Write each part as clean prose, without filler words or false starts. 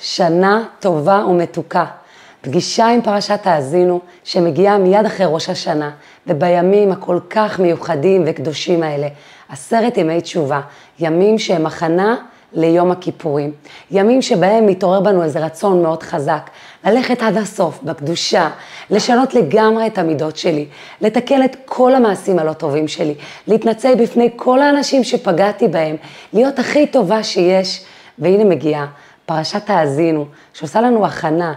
שנה טובה ומתוקה. פגישה עם פרשת האזינו שמגיעה מיד אחרי ראש השנה, ובימים הכל כך מיוחדים וקדושים האלה, 10 ימי תשובה, ימים שהם הכנה ליום הכיפורים, ימים שבהם מתעורר בנו איזה רצון מאוד חזק, ללכת עד הסוף בקדושה, לשנות לגמרי את המידות שלי, לתקן את כל המעשים הלא טובים שלי, להתנצל בפני כל האנשים שפגעתי בהם, להיות הכי טובה שיש. והנה מגיעה פרשת האזינו, שעושה לנו הכנה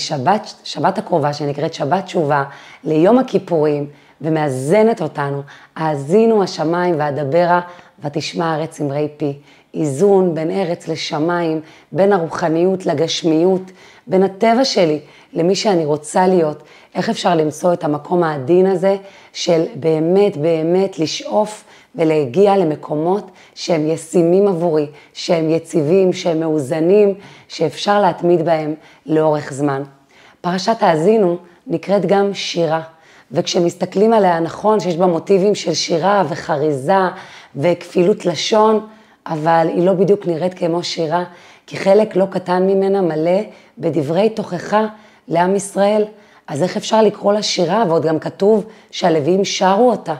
שבת הקרובה שנקראת שבת תשובה, ליום הכיפורים, ומאזנת אותנו. האזינו השמיים ואדברה ותשמע הארץ אמרי פי. איזון בין ארץ לשמיים, בין הרוחניות לגשמיות, בין הטבע שלי למי שאני רוצה להיות. איך אפשר למצוא את המקום העדין הזה של באמת לשאוף ולהגיע למקומות שהם ישימים עבורי, שהם יציבים, שהם מאוזנים, שאפשר להתמיד בהם לאורך זמן. פרשת האזינו נקראת גם שירה, וכשמסתכלים עליה נכון שיש בה מוטיבים של שירה וחריזה וכפילות לשון, אבל היא לא בדיוק נראית כמו שירה, כי חלק לא קטן ממנה מלא בדברי תוכחה לעם ישראל. אז איך אפשר לקרוא לה שירה? ועוד גם כתוב שהלוויים שרו אותה.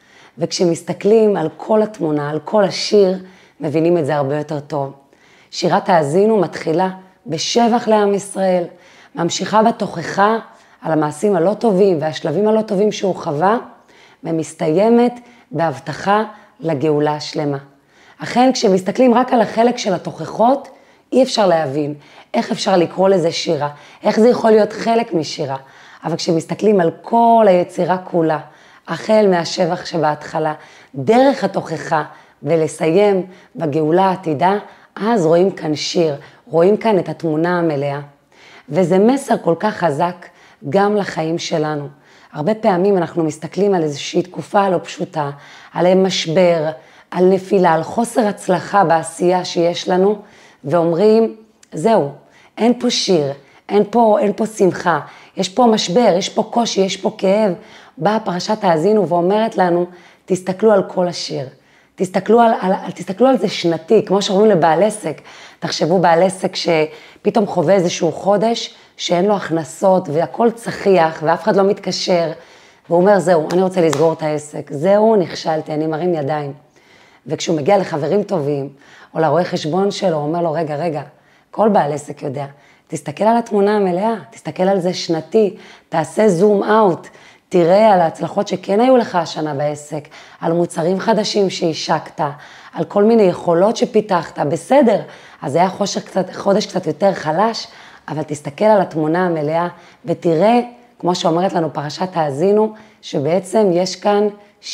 וכשמסתכלים על כל התמונה, על כל השיר, מבינים את זה הרבה יותר טוב. שירת האזינו מתחילה בשבח לעם ישראל, ממשיכה בתוכחה על המעשים הלא טובים והשלבים הלא טובים שהוא חווה, ומסתיימת בהבטחה לגאולה השלמה. אכן, כשמסתכלים רק על החלק של התוכחות, אי אפשר להבין איך אפשר לקרוא לזה שירה, איך זה יכול להיות חלק משירה. אבל כשמסתכלים על כל היצירה כולה, החל מהשבח שבהתחלה, דרך התוכחה ולסיים בגאולה העתידה, אז רואים כאן שיר, רואים כאן את התמונה המלאה. וזה מסר כל כך חזק גם לחיים שלנו. הרבה פעמים אנחנו מסתכלים על איזושהי תקופה לא פשוטה, על משבר, על נפילה, על חוסר הצלחה בעשייה שיש לנו, ואומרים, זהו, אין פה שיר, אין פה שמחה, יש פה משבר, יש פה קושי, יש פה כאב. באה פרשת האזינו ואומרת לנו, תסתכלו על כל השיר, תסתכלו על זה שנתי, כמו שאומרים לבעל עסק. תחשבו בעל עסק שפתאום חווה איזשהו חודש, שאין לו הכנסות והכל צחיח ואף אחד לא מתקשר, והוא אומר, זהו, אני רוצה לסגור את העסק, זהו, נכשלתי, אני מרים ידיים. וכשהוא מגיע לחברים טובים, או לרואה חשבון שלו, הוא אומר לו, רגע, כל בעל עסק יודע, תסתכל על התמונה המלאה, תסתכל על זה שנתי, תעשה זום אאוט, תראה על ההצלחות שכן היו לך השנה בעסק, על מוצרים חדשים שהשקת, על כל מיני יכולות שפיתחת, בסדר, אז היה חודש קצת יותר חלש, אבל תסתכל על התמונה המלאה ותראה, כמו שאומרת לנו פרשת האזינו, שבעצם יש כאן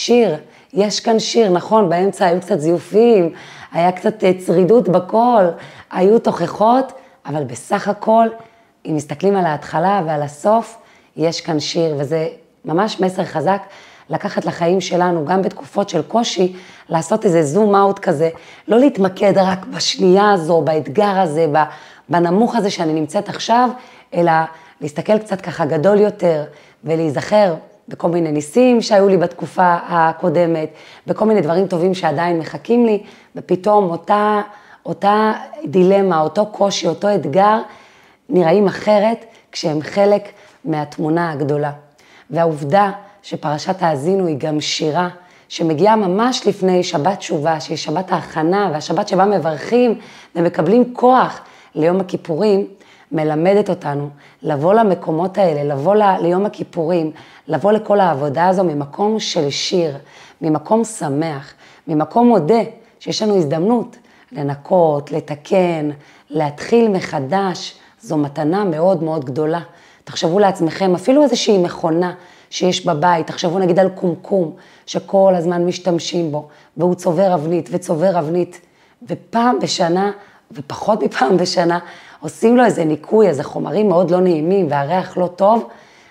שיר, נכון, באמצע היו קצת זיופים, היה קצת צרידות בקול, היו תוכחות, אבל בסך הכל, אם מסתכלים על ההתחלה ועל הסוף, יש כאן שיר, וזה ממש מסר חזק לקחת לחיים שלנו, גם בתקופות של קושי, לעשות איזה זום אאוט כזה, לא להתמקד רק בשנייה הזו, באתגר הזה, בנמוך הזה שאני נמצאת עכשיו, אלא להסתכל קצת ככה גדול יותר, ולהיזכר בכל מיני ניסים שהיו לי בתקופה הקודמת, בכל מיני דברים טובים שעדיין מחכים לי, ופתאום אותה דילמה, אותו קושי, אותו אתגר, נראים אחרת כשהם חלק מהתמונה הגדולה. והעובדה שפרשת האזינו היא גם שירה, שמגיעה ממש לפני שבת תשובה, שהיא שבת ההכנה, והשבת שבה מברכים ומקבלים כוח ליום הכיפורים, מלמדת אותנו לבוא למקומות האלה, לבוא ליום הכיפורים, לבוא לכל העבודה הזו ממקום של שיר, ממקום שמח, ממקום מודה שיש לנו הזדמנות לנקות, לתקן, להתחיל מחדש. זו מתנה מאוד מאוד גדולה. תחשבו לעצמכם, אפילו איזושהי מכונה שיש בבית, תחשבו נגיד על קומקום, שכל הזמן משתמשים בו, והוא צובר אבנית, ופעם בשנה, ופחות מפעם בשנה, עושים לו איזה ניקוי, איזה חומרים מאוד לא נעימים, והריח לא טוב,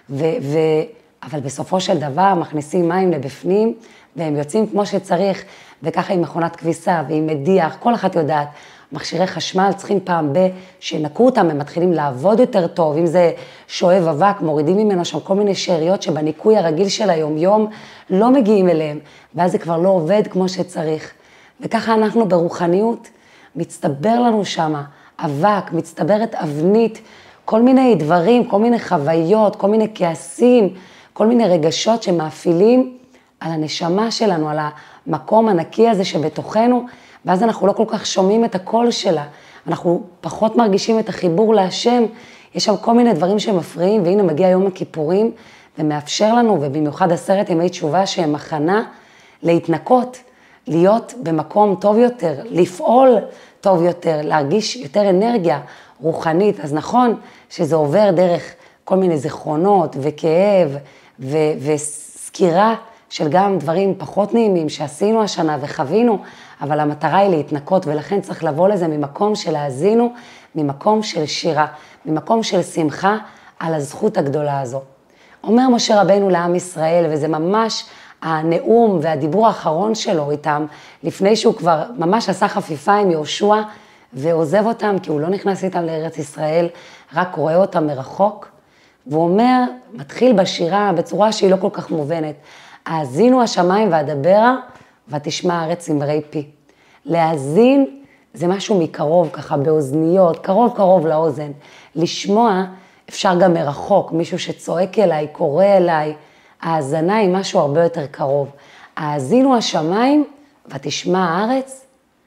אבל בסופו של דבר מכניסים מים לבפנים, והם יוצאים כמו שצריך, וככה עם מכונת כביסה ועם מדיח, כל אחת יודעת, מכשירי חשמל צריכים פעם שנקו אותם, הם מתחילים לעבוד יותר טוב, אם זה שואב אבק, מורידים ממנו שם כל מיני שאריות שבניקוי הרגיל של היום-יום לא מגיעים אליהם, ואז זה כבר לא עובד כמו שצריך. וככה אנחנו ברוחניות, מצטבר לנו שמה אבק, מצטברת אבנית, כל מיני דברים, כל מיני חוויות, כל מיני כעסים, כל מיני רגשות שמאפילים על הנשמה שלנו, על המקום הנקי הזה שבתוכנו, ואז אנחנו לא כל כך שומעים את הקול שלה, אנחנו פחות מרגישים את החיבור להשם, יש שם כל מיני דברים שמפריעים, והנה מגיע יום הכיפורים, ומאפשר לנו, ובמיוחד 10 ימי תשובה שהם הכנה, להתנקות, להיות במקום טוב יותר, לפעול טוב יותר, להרגיש יותר אנרגיה רוחנית. אז נכון שזה עובר דרך כל מיני זיכרונות וכאב וסקירה של גם דברים פחות נעימים שעשינו השנה וחווינו, אבל המטרה היא להתנקות, ולכן צריך לבוא לזה ממקום של להאזינו, ממקום של שירה, ממקום של שמחה על הזכות הגדולה הזו. אומר משה רבנו לעם ישראל, וזה ממש הנאום והדיבור האחרון שלו איתם, לפני שהוא כבר ממש עשה חפיפה עם יהושע, ועוזב אותם, כי הוא לא נכנס איתם לארץ ישראל, רק רואה אותם מרחוק. והוא אומר, מתחיל בשירה בצורה שהיא לא כל כך מובנת, האזינו השמיים ואדברה, ותשמע הארץ אמרי פי. להאזין זה משהו מקרוב, ככה באוזניות, קרוב לאוזן. לשמוע אפשר גם מרחוק, מישהו שצועק אליי, קורא אליי. האזנה היא משהו הרבה יותר קרוב. האזינו השמיים ותשמע הארץ.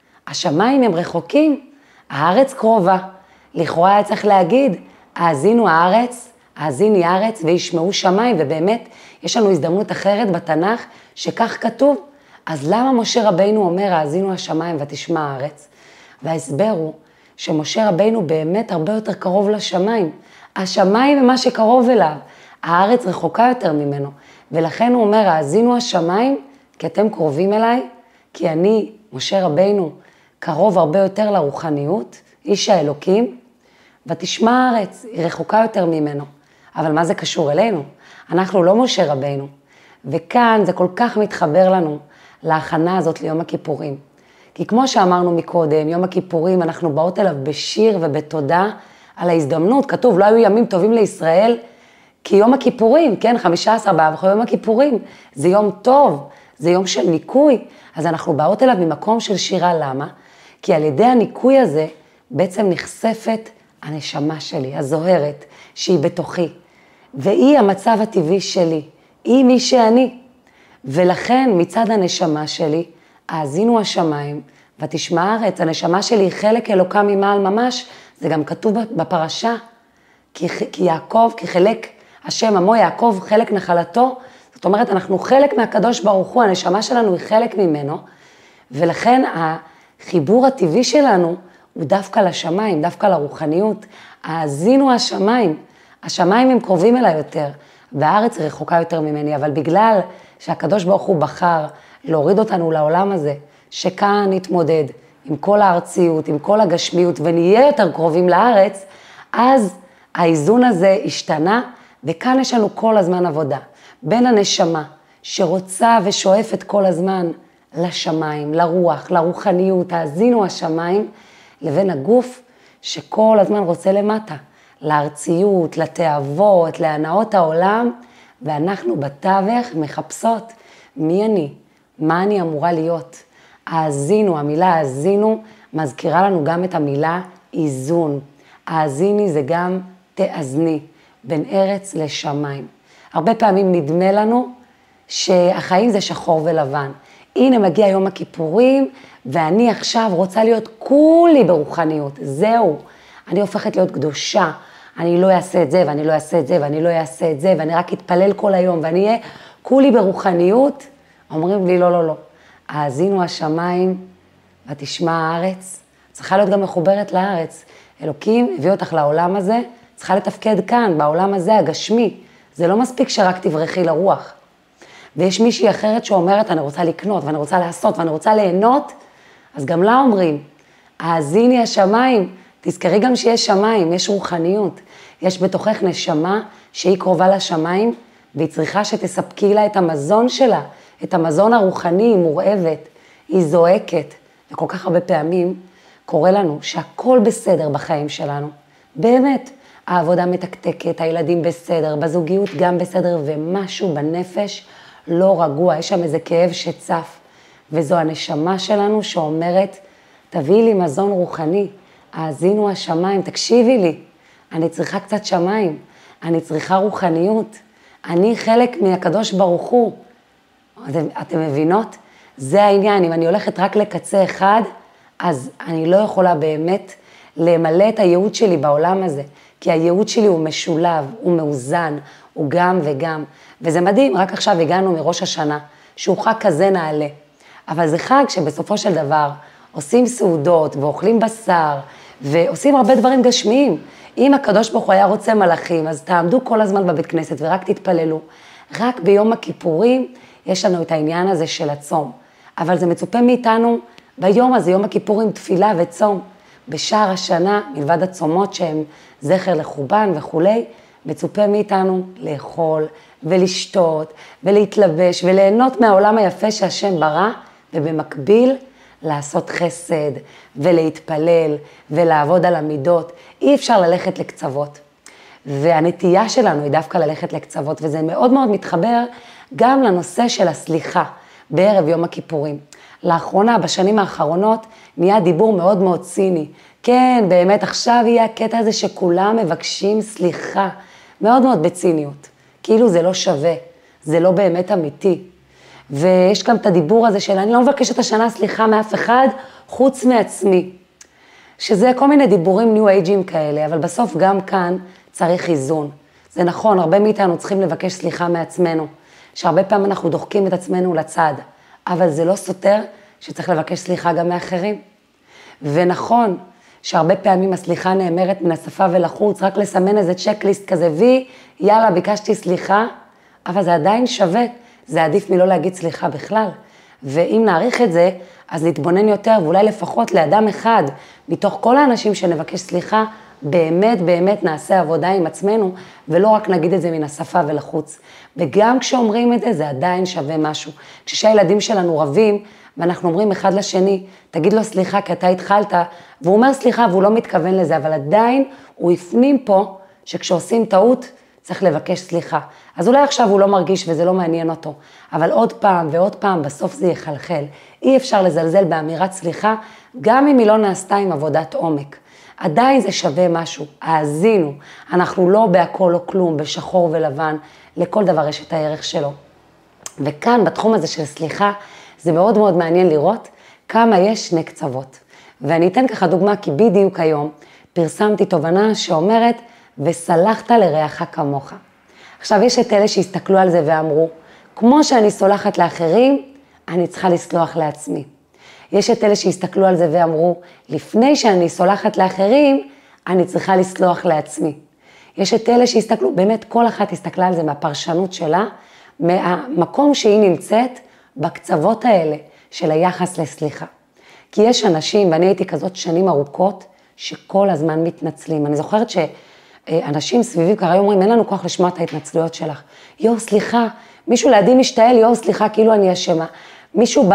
השמיים הם רחוקים, הארץ קרובה. לכאורה היה צריך להגיד, האזינו הארץ, האזיני הארץ וישמעו שמיים, ובאמת יש לנו הזדמנות אחרת בתנ"ך שכך כתוב. אז למה משה רבינו אומר, האזינו השמיים ותשמע הארץ? וההסבר הוא שמשה רבינו באמת הרבה יותר קרוב לשמיים. השמיים הם מה שקרוב אליו, הארץ רחוקה יותר ממנו. ולכן הוא אומר, האזינו השמיים, כי אתם קרובים אליי, כי אני, משה רבינו, קרוב הרבה יותר לרוחניות, איש האלוקים, ותשמע הארץ, היא רחוקה יותר ממנו. אבל מה זה קשור אלינו? אנחנו לא משה רבינו. וכאן זה כל כך מתחבר לנו להכנה הזאת ליום הכיפורים. כי כמו שאמרנו מקודם, יום הכיפורים אנחנו באות אליו בשיר ובתודה על ההזדמנות. כתוב, לא היו ימים טובים לישראל, כי יום הכיפורים, כן, 15 באב, יום הכיפורים, זה יום טוב, זה יום של ניקוי. אז אנחנו באות אליו ממקום של שירה, למה? כי על ידי הניקוי הזה בעצם נחשפת הנשמה שלי, הזוהרת, שהיא בתוכי. והיא המצב הטבעי שלי, היא מי שאני. ולכן מצד הנשמה שלי, האזינו השמיים ותשמע הארץ. הנשמה שלי היא חלק אלוקה ממעל ממש, זה גם כתוב בפרשה. כי יעקב, כי חלק השם עמו יעקב חלק נחלתו, זאת אומרת אנחנו חלק מהקדוש ברוך הוא, הנשמה שלנו היא חלק ממנו, ולכן החיבור הטבעי שלנו הוא דווקא לשמיים, דווקא לרוחניות. האזינו השמיים, השמיים הם קרובים אליי יותר, והארץ רחוקה יותר ממני, אבל בגלל שהקדוש ברוך הוא בחר להוריד אותנו לעולם הזה, שכאן נתמודד עם כל הארציות, עם כל הגשמיות, ונהיה יותר קרובים לארץ, אז האיזון הזה השתנה, וכאן יש לנו כל הזמן עבודה. בין הנשמה שרוצה ושואפת כל הזמן לשמיים, לרוח, לרוחניות, האזינו השמיים, לבין הגוף שכל הזמן רוצה למטה, לארציות, לתאוות, להנאות העולם, ואנחנו בתווך מחפשות מי אני, מה אני אמורה להיות. האזינו, המילה האזינו מזכירה לנו גם את המילה איזון. האזיני זה גם תאזני, בין ארץ לשמיים. הרבה פעמים נדמה לנו שהחיים זה שחור ולבן. הנה מגיע יום הכיפורים, ואני עכשיו רוצה להיות כולי ברוחניות. זהו, אני הופכת להיות קדושה. אני לא אעשה את זה, ואני לא אעשה את זה, ואני לא אעשה את זה, ואני רק אתפלל כל היום, ואני אהיה כולי ברוחניות. אומרים לי, לא, לא, לא. האזינו השמיים ותשמע הארץ. צריכה להיות גם מחוברת לארץ. אלוקים הביא אותך לעולם הזה, צריכה לתפקד כאן, בעולם הזה הגשמי. זה לא מספיק שרק תברכי לרוח. ויש מישהי אחרת שאומרת, אני רוצה לקנות, ואני רוצה לעשות, ואני רוצה ליהנות, אז גם לה אומרים, האזיני השמיים, תזכרי גם שיש שמיים, יש רוחניות, יש בתוכך נשמה שהיא קרובה לשמיים, והיא צריכה שתספקי לה את המזון שלה, את המזון הרוחני, היא מורעבת, היא זועקת, וכל כך הרבה פעמים קורה לנו שהכל בסדר בחיים שלנו, באמת, העבודה מתקתקת, הילדים בסדר, בזוגיות גם בסדר, ומשהו בנפש לא רגוע, יש שם איזה כאב שצף, וזו הנשמה שלנו שאומרת, תביאי לי מזון רוחני, האזינו השמיים, תקשיבי לי, אני צריכה קצת שמיים, אני צריכה רוחניות, אני חלק מהקדוש ברוך הוא. אתם מבינות? זה העניין, אם אני הולכת רק לקצה אחד, אז אני לא יכולה באמת למלא את הייעוד שלי בעולם הזה, כי הייעוד שלי הוא משולב, הוא מאוזן, הוא גם וגם, וזה מדהים, רק עכשיו הגענו מראש השנה, שהוא חג כזה נעלה, אבל זה חג שבסופו של דבר עושים סעודות ואוכלים בשר, ועושים הרבה דברים גשמיים. אם הקדוש ברוך הוא היה רוצה מלאכים, אז תעמדו כל הזמן בבית כנסת ורק תתפללו. רק ביום הכיפורים יש לנו את העניין הזה של הצום, אבל זה מצופה מאיתנו ביום הזה, יום הכיפורים, תפילה וצום. בשער השנה, מלבד הצומות שהם זכר לחורבן וכולי, מצופה מאיתנו לאכול ולשתות ולהתלבש וליהנות מהעולם היפה שהשם ברא, ובמקביל לעשות חסד ולהתפלל ולעבוד על המידות. אי אפשר ללכת לקצוות. והנטייה שלנו היא דווקא ללכת לקצוות, וזה מאוד מאוד מתחבר גם לנושא של הסליחה בערב יום הכיפורים. לאחרונה, בשנים האחרונות, נהיה דיבור מאוד מאוד ציני. כן, באמת, עכשיו יהיה הקטע הזה שכולם מבקשים סליחה, מאוד מאוד בציניות. כאילו זה לא שווה, זה לא באמת אמיתי. ויש גם את הדיבור הזה של אני לא מבקשת השנה סליחה מאף אחד, חוץ מעצמי. שזה כל מיני דיבורים ניו אייג'ים כאלה, אבל בסוף גם כאן צריך איזון. זה נכון, הרבה מאיתנו צריכים לבקש סליחה מעצמנו, שהרבה פעמים אנחנו דוחקים את עצמנו לצד, אבל זה לא סותר שצריך לבקש סליחה גם מאחרים. ונכון שהרבה פעמים הסליחה נאמרת מן השפה ולחוץ, רק לסמן איזה צ'קליסט כזה, יאללה, ביקשתי סליחה, אבל זה עדיין שווה, זה עדיף מלא להגיד סליחה בכלל. ואם נעריך את זה, אז להתבונן יותר, ואולי לפחות לאדם אחד, מתוך כל האנשים שנבקש סליחה, באמת באמת נעשה עבודה עם עצמנו, ולא רק נגיד את זה מן השפה ולחוץ. וגם כשאומרים את זה, זה עדיין שווה משהו. כשהילדים שלנו רבים, ואנחנו אומרים אחד לשני, תגיד לו סליחה כי אתה התחלת, והוא אומר סליחה והוא לא מתכוון לזה, אבל עדיין הוא הפנים פה שכשעושים טעות צריך לבקש סליחה. אז אולי עכשיו הוא לא מרגיש וזה לא מעניין אותו, אבל עוד פעם ועוד פעם בסוף זה יחלחל. אי אפשר לזלזל באמירת סליחה, גם אם היא לא נעשתה עם עבודת עומק. עדיין זה שווה משהו, האזינו, אנחנו לא בהכל או כלום, בשחור ולבן, לכל דבר יש את הערך שלו. וכאן בתחום הזה של סליחה, זה מאוד מאוד מעניין לראות כמה יש שני קצוות. ואני אתן ככה דוגמה, כי בדיוק היום פרסמתי תובנה שאומרת, וסלחת לרעך כמוך. עכשיו יש את אלה שהסתכלו על זה ואמרו, כמו שאני סולחת לאחרים, אני צריכה לסלוח לעצמי. יש את אלה שהסתכלו על זה ואמרו, לפני שאני סולחת לאחרים, אני צריכה לסלוח לעצמי. יש את אלה שהסתכלו, באמת כל אחת הסתכלה על זה מהפרשנות שלה, מהמקום שהיא נמצאת בקצוות האלה של היחס לסליחה. כי יש אנשים, ואני הייתי כזאת שנים ארוכות, שכל הזמן מתנצלים. אני זוכרת שאנשים סביבי כרגע אומרים, אין לנו כוח לשמוע את ההתנצלויות שלך. יו, סליחה, מישהו לידי משתעל, יו, סליחה, כאילו אני אשמה. מישהו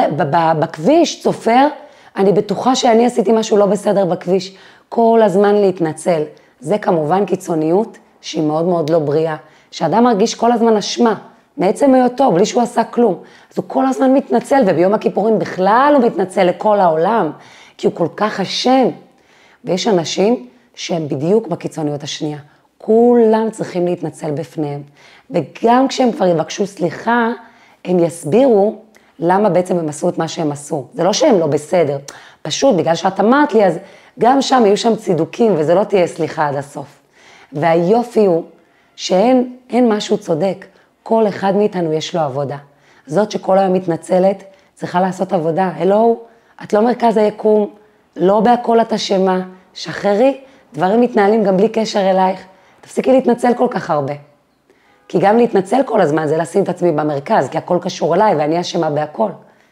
בכביש צופר, אני בטוחה שאני עשיתי משהו לא בסדר בכביש. כל הזמן להתנצל. זה כמובן קיצוניות שהיא מאוד מאוד לא בריאה. שאדם מרגיש כל הזמן אשמה, מעצם היותו, בלי שהוא עשה כלום. אז הוא כל הזמן מתנצל, וביום הכיפורים בכלל הוא מתנצל לכל העולם, כי הוא כל כך אשם. ויש אנשים שהם בדיוק בקיצוניות השנייה. כולם צריכים להתנצל בפניהם. וגם כשהם כבר יבקשו סליחה, הם יסבירו למה בעצם הם עשו את מה שהם עשו. זה לא שהם לא בסדר, פשוט בגלל שאת אמרת לי, אז גם שם יהיו שם צידוקים, וזה לא תהיה סליחה עד הסוף. והיופי הוא שאין משהו צודק, כל אחד מאיתנו יש לו עבודה. זאת שכל היום מתנצלת, צריכה לעשות עבודה. הלו, את לא מרכז היקום, לא בהכל את אשמה, שחררי, דברים מתנהלים גם בלי קשר אלייך, תפסיקי להתנצל כל כך הרבה. כי גם להתנצל כל הזמן זה לשים את עצמי במרכז, כי הכל קשור אליי ואני אשמה בהכל.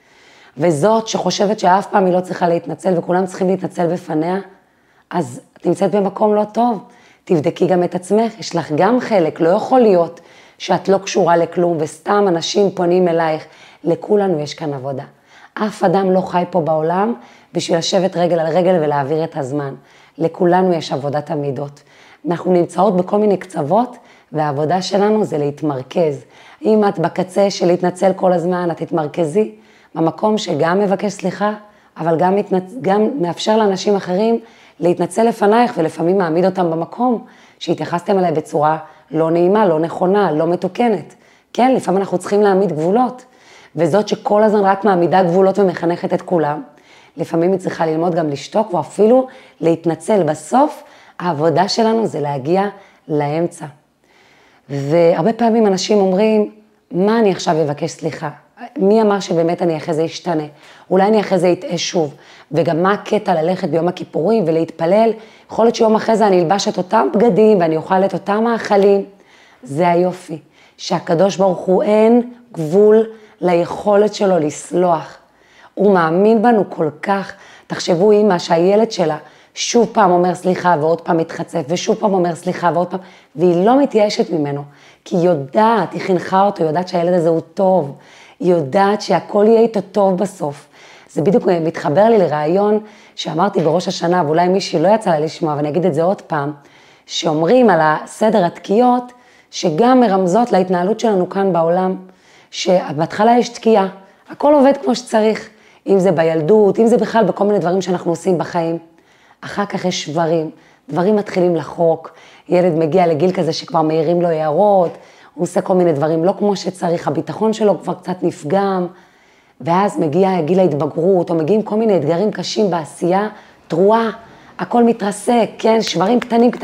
וזאת שחושבת שאף פעם היא לא צריכה להתנצל וכולם צריכים להתנצל בפניה, אז את נמצאת במקום לא טוב. תבדקי גם את עצמך, יש לך גם חלק, לא יכול להיות שאת לא קשורה לכלום וסתם אנשים פונים אלייך, לכולנו יש כאן עבודה. אף אדם לא חי פה בעולם בשביל לשבת רגל על רגל ולהעביר את הזמן. לכולנו יש עבודת המידות. אנחנו נמצאות בכל מיני קצוות, והעבודה שלנו זה להתמרכז. אם את בקצה של להתנצל כל הזמן, את תתמרכזי במקום שגם מבקש סליחה, אבל גם מאפשר לאנשים אחרים להתנצל לפנייך ולפעמים מעמיד אותם במקום שהתייחסתם אליי בצורה לא נעימה, לא נכונה, לא מתוקנת. כן, לפעמים אנחנו צריכים להעמיד גבולות, וזאת שכל הזמן רק מעמידה גבולות ומחנכת את כולם, לפעמים היא צריכה ללמוד גם לשתוק, ואפילו להתנצל. בסוף, העבודה שלנו זה להגיע לאמצע. והרבה פעמים אנשים אומרים, מה אני עכשיו אבקש סליחה? מי אמר שבאמת אני אחרי זה אשתנה? אולי אני אחרי זה אטעה שוב. וגם מה הקטע ללכת ביום הכיפורים ולהתפלל? יכול להיות שיום אחרי זה אני אלבש את אותם בגדים ואני אוכל את אותם מאכלים. זה היופי, שהקדוש ברוך הוא אין גבול ליכולת שלו לסלוח. הוא מאמין בנו כל כך. תחשבו אמא שהילד שלה שוב פעם אומר סליחה ועוד פעם מתחצף, ושוב פעם אומר סליחה ועוד פעם, והיא לא מתייאשת ממנו, כי היא יודעת, היא חינכה אותו, היא יודעת שהילד הזה הוא טוב, היא יודעת שהכל יהיה איתו טוב בסוף. זה בדיוק מתחבר לי לרעיון שאמרתי בראש השנה, ואולי מישהי לא יצא לה לשמוע, ואני אגיד את זה עוד פעם, שאומרים על הסדר התקיעות, שגם מרמזות להתנהלות שלנו כאן בעולם, שבהתחלה יש תקיעה, הכל עובד כמו שצריך, אם זה בילדות, אם זה בכלל בכל מיני דברים שאנחנו עושים בחיים. אחר כך יש דברים מתחילים לחוק, ילד מגיע לגיל כזה שכבר מאירים לו הערות, הוא עושה כל מיני דברים לא כמו שצריך, הביטחון שלו כבר קצת נפגם, ואז מגיע גיל ההתבגרות, או מגיעים כל מיני אתגרים קשים בעשייה, תרועה, הכל מתרסק, כן, שברים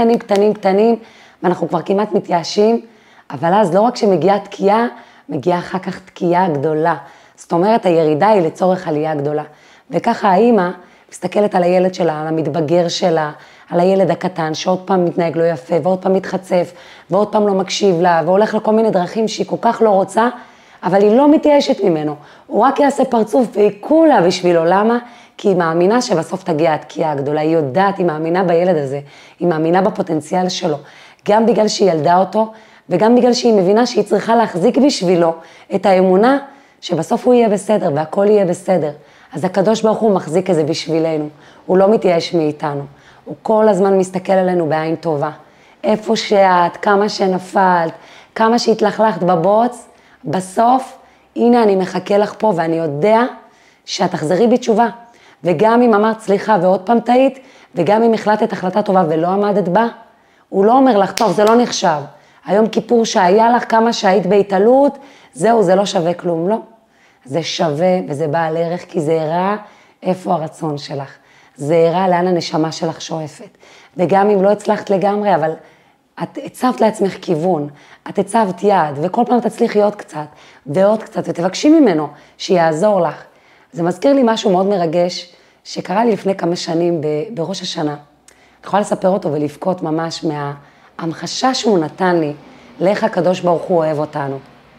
קטנים, ואנחנו כבר כמעט מתייאשים, אבל אז לא רק שמגיעה תקיעה, מגיעה אחר כך תקיעה גדולה. זאת אומרת, הירידה היא לצורך עלייה גדולה. וככה האמא מסתכלת על הילד שלה, על המתבגר שלה, על הילד הקטן, שעוד פעם מתנהג לא יפה, ועוד פעם מתחצף, ועוד פעם לא מקשיב לה, והולך לכל מיני דרכים שהיא כל כך לא רוצה, אבל היא לא מתייאשת ממנו. הוא רק יעשה פרצוף והיא כולה בשבילו. למה? כי היא מאמינה שבסוף תגיע התקיעה הגדולה. היא יודעת, היא מאמינה בילד הזה, היא מאמינה בפוטנציאל שלו. גם בגלל שהיא ילדה אותו, וגם בגלל שהיא מבינה שהיא צריכה להחזיק בשבילו את האמונה שבסוף הוא יהיה בסדר והכל יהיה בסדר. אז הקדוש ברוך הוא מחזיק את זה בשבילנו. הוא לא מתייאש מאיתנו. הוא כל הזמן מסתכל עלינו בעין טובה. איפה שאת, כמה שנפלת, כמה שהתלכלכת בבוץ, בסוף, הנה אני מחכה לך פה ואני יודע שאת תחזרי בתשובה. וגם אם אמרת סליחה ועוד פעם טעית, וגם אם החלטת החלטה טובה ולא עמדת בה, הוא לא אומר לך, טוב, זה לא נחשב. היום כיפור שהיה לך כמה שהיית בהתעלות, זהו, זה לא שווה כלום, לא. זה שווה וזה בעל ערך, כי זה הראה איפה הרצון שלך. זה הראה לאן הנשמה שלך שואפת. וגם אם לא הצלחת לגמרי, אבל את הצבת לעצמך כיוון, את הצבת יד, וכל פעם תצליחי עוד קצת, ועוד קצת, ותבקשי ממנו שיעזור לך. זה מזכיר לי משהו מאוד מרגש, שקרה לי לפני כמה שנים בראש השנה. אני יכולה לספר אותו ולבכות ממש מההמחשה שהוא נתן לי, לאיך הקדוש ברוך הוא אוהב אותנו.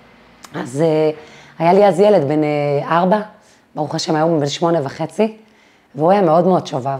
אז היה לי אז ילד בן 4, ברוך השם היום בן 8.5, והוא היה מאוד מאוד שובב.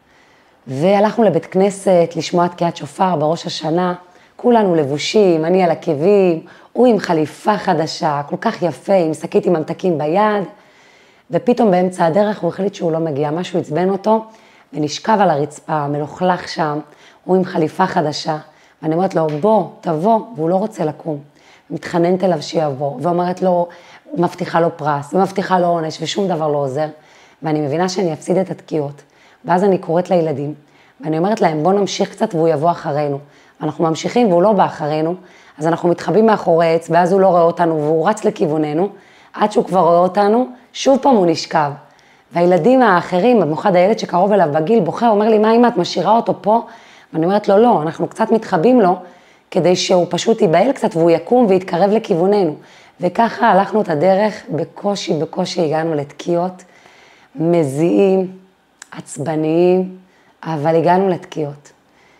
והלכנו לבית כנסת לשמוע תקיעת שופר בראש השנה, כולנו לבושים, אני על עקבים, הוא עם חליפה חדשה, כל כך יפה, עם שקית עם ממתקים ביד, ופתאום באמצע הדרך הוא החליט שהוא לא מגיע, משהו עצבן אותו, ונשכב על הרצפה, מלוכלך שם, הוא עם חליפה חדשה, ואני אומרת לו, בוא, תבוא, והוא לא רוצה לקום. מתחננת אליו שיבוא, ואומרת לו, מבטיחה לו פרס, ומבטיחה לו עונש, ושום דבר לא עוזר, ואני מבינה שאני אפסיד את התקיעות. ואז אני קוראת לילדים, ואני אומרת להם, בוא נמשיך קצת והוא יבוא אחרינו. אנחנו ממשיכים והוא לא בא אחרינו, אז אנחנו מתחבאים מאחורי עץ, ואז הוא לא רואה אותנו, והוא רץ לכיווננו, עד שהוא כבר רואה אותנו, שוב פעם הוא נשכב. והילדים האחרים, במיוחד הילד שקרוב אליו בגיל, בוחר, אומר לי, מה אמא, את משאירה אותו פה? ואני אומרת לו, לא, אנחנו קצת מתחבאים לו, כדי שהוא פשוט ייבהל קצת, והוא יקום ויתקרב לכיווננו. וככה הלכנו את הדרך, בקושי הגענו לתקיעות, מזיעים, עצבניים, אבל הגענו לתקיעות.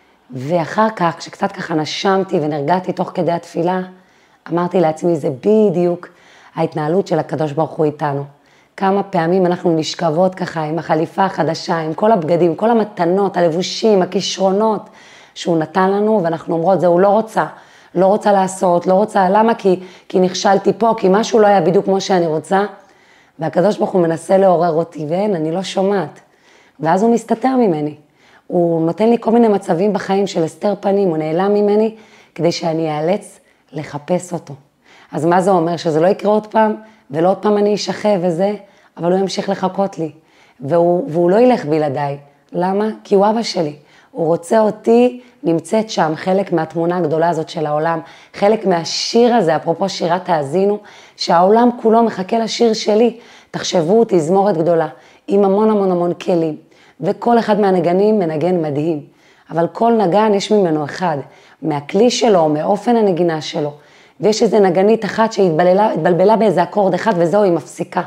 ואחר כך, כשקצת ככה נשמתי ונרגעתי תוך כדי התפילה, אמרתי לעצמי, זה בדיוק ההתנהלות של הקדוש ברוך הוא איתנו. כמה פעמים אנחנו נשכבות ככה עם החליפה החדשה, עם כל הבגדים, כל המתנות, הלבושים, הכישרונות שהוא נתן לנו, ואנחנו אומרות, זה הוא לא רוצה לעשות, לא רוצה, למה? כי נכשלתי פה, כי משהו לא היה בדיוק כמו שאני רוצה, והקדוש ברוך הוא מנסה לעורר אותי, ואין, אני לא שומעת. ואז הוא מסתתר ממני. הוא נותן לי כל מיני מצבים בחיים של הסתר פנים, הוא נעלם ממני, כדי שאני אאלץ לחפש אותו. אז מה זה אומר? שזה לא יקרה עוד פעם, ולא עוד פעם אני אשכב וזה, אבל הוא ימשיך לחכות לי. והוא לא ילך בלעדיי. למה? כי הוא אבא שלי. הוא רוצה אותי נמצאת שם, חלק מהתמונה הגדולה הזאת של העולם, חלק מהשיר הזה, אפרופו שירת האזינו, שהעולם כולו מחכה לשיר שלי. תחשבו, תזמורת גדולה, עם המון המון המון כלים, וכל אחד מהנגנים מנגן מדהים, אבל כל נגן יש ממנו אחד, מהכלי שלו, מאופן הנגינה שלו, ויש איזו נגנית אחת שהתבלבלה באיזה אקורד אחד וזהו, היא מפסיקה.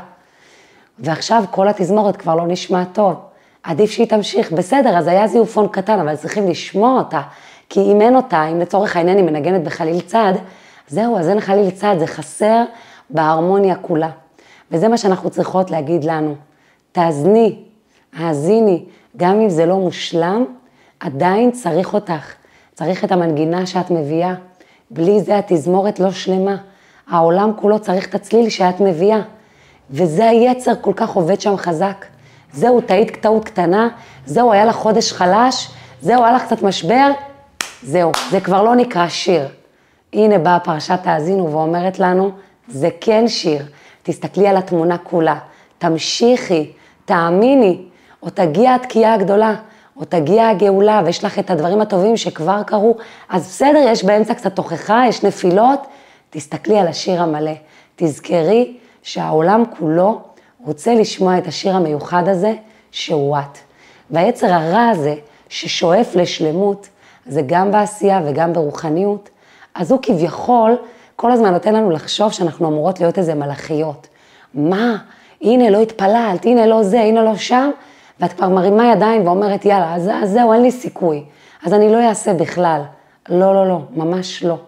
ועכשיו כל התזמורת כבר לא נשמע טוב. עדיף שהיא תמשיך, בסדר, אז היה זיופון קטן, אבל צריכים לשמוע אותה, כי אם אין אותה, אם לצורך העניין היא מנגנת בחליל צד, זהו, אז אין חליל צד, זה חסר בהרמוניה כולה. וזה מה שאנחנו צריכות להגיד לנו. תאזני, האזיני, גם אם זה לא מושלם, עדיין צריך אותך. צריך את המנגינה שאת מביאה. בלי זה התזמורת לא שלמה. העולם כולו צריך את הצליל שאת מביאה. וזה היצר כל כך עובד שם חזק. זהו, טעות קטנה, זהו, היה לך חודש חלש, זהו, היה לך קצת משבר, זהו, זה כבר לא נקרא שיר. הנה באה פרשת האזינו ואומרת לנו, זה כן שיר. תסתכלי על התמונה כולה, תמשיכי, תאמיני, או תגיע התקיעה הגדולה, או תגיע הגאולה, ויש לך את הדברים הטובים שכבר קרו, אז בסדר, יש באמצע קצת תוכחה, יש נפילות, תסתכלי על השיר המלא, תזכרי שהעולם כולו רוצה לשמוע את השיר המיוחד הזה, שהוא את. והיצר הרע הזה, ששואף לשלמות, זה גם בעשייה וגם ברוחניות, אז הוא כביכול, כל הזמן נותן לנו לחשוב שאנחנו אמורות להיות איזה מלאכיות. מה? הנה לא התפללת, הנה לא זה, הנה לא שם, ואת כבר מרימה ידיים ואומרת, יאללה, אז זהו, אין לי סיכוי, אז אני לא אעשה בכלל. לא, לא, לא, ממש לא.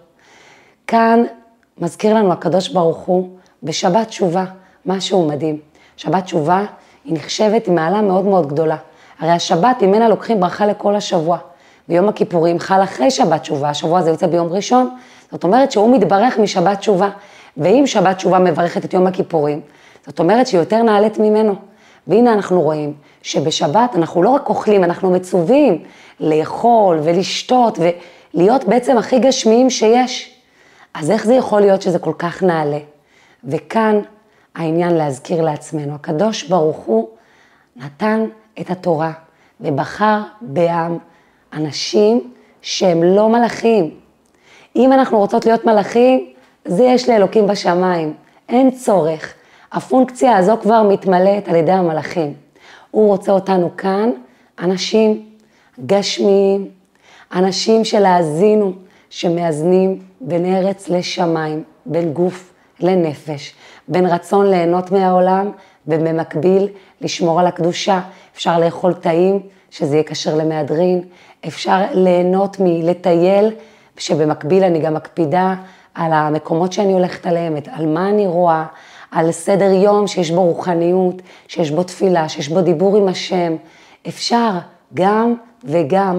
כאן מזכיר לנו הקדוש ברוך הוא, בשבת תשובה, משהו מדהים. שבת תשובה היא נחשבת עם מעלה מאוד מאוד גדולה. הרי השבת ממנה לוקחים ברכה לכל השבוע. ויום הכיפורים חל אחרי שבת תשובה, השבוע זה יוצא ביום ראשון, זאת אומרת שהוא מתברך משבת תשובה. ואם שבת תשובה מברכת את יום הכיפורים, זאת אומרת שיותר נעלת ממנו. והנה אנחנו רואים שבשבת אנחנו לא רק אוכלים, אנחנו מצווים לאכול ולשתות ולהיות בעצם הכי גשמיים שיש. אז איך זה יכול להיות שזה כל כך נעלה? וכאן העניין להזכיר לעצמנו, הקדוש ברוך הוא נתן את התורה ובחר בעם אנשים שהם לא מלאכים. אם אנחנו רוצות להיות מלאכים, זה יש לאלוקים בשמיים, אין צורך. הפונקציה הזו כבר מתמלאת על ידי המלאכים. הוא רוצה אותנו כאן, אנשים גשמיים, אנשים שלהאזינו, שמאזנים בין ארץ לשמיים, בין גוף לנפש, בין רצון ליהנות מהעולם, ובמקביל לשמור על הקדושה. אפשר לאכול טעים, שזה יקשר למהדרין, אפשר ליהנות מלטייל, שבמקביל אני גם מקפידה על המקומות שאני הולכת עליהם, על מה אני רואה, על סדר יום שיש בו רוחניות, שיש בו תפילה, שיש בו דיבור עם השם. אפשר גם וגם,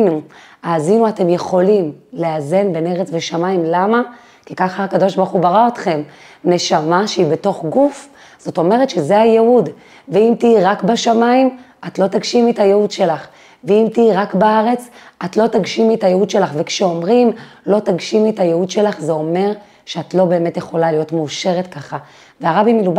האזינו אתם יכולים לאזן בין ארץ ושמיים. למה? כי ככה הקדוש ברוך הוא ברא אתכם. נשמה שהיא בתוך גוף, זאת אומרת שזה הייעוד. ואם תהי רק בשמיים, את לא תגשימי את הייעוד שלך. ואם תהי רק בארץ, את לא תגשימי את הייעוד שלך. וכשאומרים לא תגשימי את הייעוד שלך, זה אומר שאת לא באמת יכולה להיות מאושרת ככה. והרבי מלובביץ'